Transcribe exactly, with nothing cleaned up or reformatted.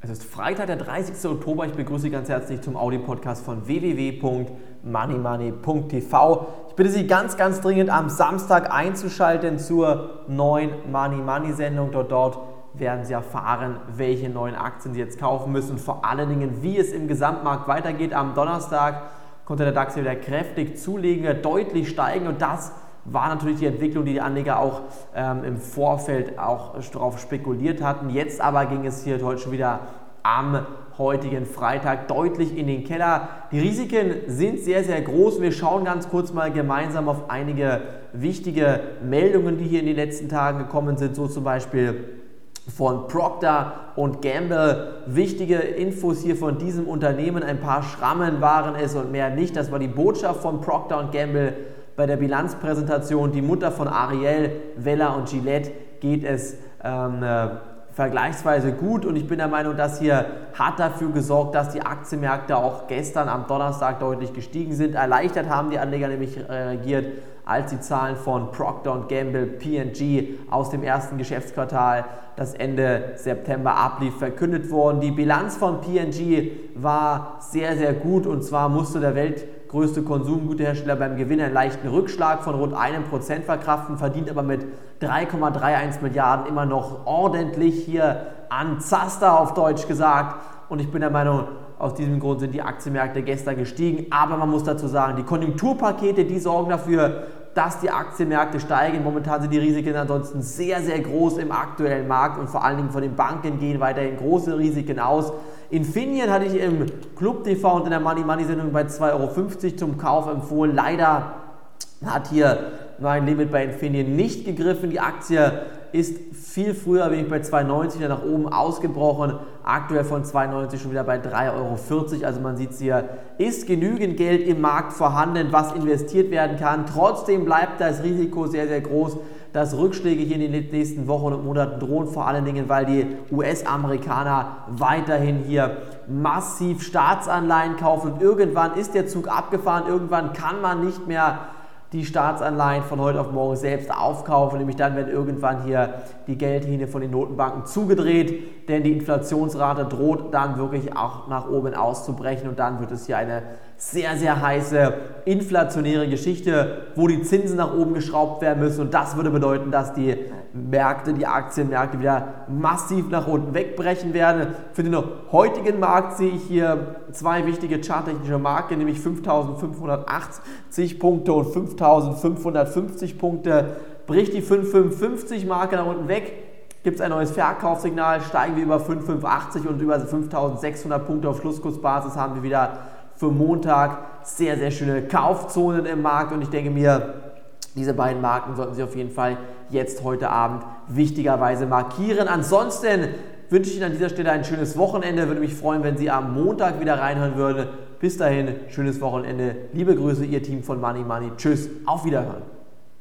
Es ist Freitag, der dreißigster Oktober. Ich begrüße Sie ganz herzlich zum Audio-Podcast von w w w punkt money money punkt t v. Ich bitte Sie ganz, ganz dringend am Samstag einzuschalten zur neuen Money Money Sendung. Dort, dort werden Sie erfahren, welche neuen Aktien Sie jetzt kaufen müssen. Vor allen Dingen, wie es im Gesamtmarkt weitergeht. Am Donnerstag konnte der DAX wieder kräftig zulegen, deutlich steigen, und das war natürlich die Entwicklung, die die Anleger auch ähm, im Vorfeld auch darauf spekuliert hatten. Jetzt aber ging es hier heute schon wieder am heutigen Freitag deutlich in den Keller. Die Risiken sind sehr, sehr groß. Wir schauen ganz kurz mal gemeinsam auf einige wichtige Meldungen, die hier in den letzten Tagen gekommen sind, so zum Beispiel von Procter und Gamble. Wichtige Infos hier von diesem Unternehmen. Ein paar Schrammen waren es und mehr nicht. Das war die Botschaft von Procter und Gamble bei der Bilanzpräsentation. Die Mutter von Ariel, Wella und Gillette geht es ähm, äh, vergleichsweise gut, und ich bin der Meinung, dass hier hat dafür gesorgt, dass die Aktienmärkte auch gestern am Donnerstag deutlich gestiegen sind. Erleichtert haben die Anleger nämlich reagiert, als die Zahlen von Procter und Gamble, P und G aus dem ersten Geschäftsquartal, das Ende September ablief, verkündet wurden. Die Bilanz von P und G war sehr, sehr gut, und zwar musste der weltgrößte Konsumgüterhersteller beim Gewinn einen leichten Rückschlag von rund einem Prozent verkraften, verdient aber mit drei Komma einunddreißig Milliarden immer noch ordentlich hier an Zaster, auf Deutsch gesagt. Und ich bin der Meinung, aus diesem Grund sind die Aktienmärkte gestern gestiegen. Aber man muss dazu sagen, die Konjunkturpakete, die sorgen dafür, dass die Aktienmärkte steigen. Momentan sind die Risiken ansonsten sehr, sehr groß im aktuellen Markt, und vor allen Dingen von den Banken gehen weiterhin große Risiken aus. Infineon hatte ich im Club T V und in der Money Money Sendung bei zwei Euro fünfzig zum Kauf empfohlen. Leider hat hier mein Limit bei Infineon nicht gegriffen. Die Aktie ist viel früher, bin ich bei zwei neunzig nach oben ausgebrochen. Aktuell von zwei neunzig schon wieder bei drei Euro vierzig. Also man sieht es hier, ist genügend Geld im Markt vorhanden, was investiert werden kann. Trotzdem bleibt das Risiko sehr, sehr groß, dass Rückschläge hier in den nächsten Wochen und Monaten drohen. Vor allen Dingen, weil die U S-Amerikaner weiterhin hier massiv Staatsanleihen kaufen. Und irgendwann ist der Zug abgefahren. Irgendwann kann man nicht mehr die Staatsanleihen von heute auf morgen selbst aufkaufen, nämlich dann, wenn irgendwann hier die Geldhähne von den Notenbanken zugedreht, denn die Inflationsrate droht dann wirklich auch nach oben auszubrechen, und dann wird es hier eine sehr, sehr heiße inflationäre Geschichte, wo die Zinsen nach oben geschraubt werden müssen, und das würde bedeuten, dass die Märkte, die Aktienmärkte wieder massiv nach unten wegbrechen werden. Für den heutigen Markt sehe ich hier zwei wichtige charttechnische Marken, nämlich fünftausendfünfhundertachtzig Punkte und fünftausendfünfhundertfünfzig Punkte. Bricht die fünftausendfünfhundertfünfzig Marke nach unten weg, gibt es ein neues Verkaufssignal, steigen wir über fünftausendfünfhundertachtzig, und über fünftausendsechshundert Punkte auf Schlusskursbasis haben wir wieder für Montag sehr, sehr schöne Kaufzonen im Markt, und ich denke mir, diese beiden Marken sollten Sie auf jeden Fall jetzt heute Abend wichtigerweise markieren. Ansonsten wünsche ich Ihnen an dieser Stelle ein schönes Wochenende. Würde mich freuen, wenn Sie am Montag wieder reinhören würden. Bis dahin, schönes Wochenende. Liebe Grüße, Ihr Team von Money Money. Tschüss, auf Wiederhören.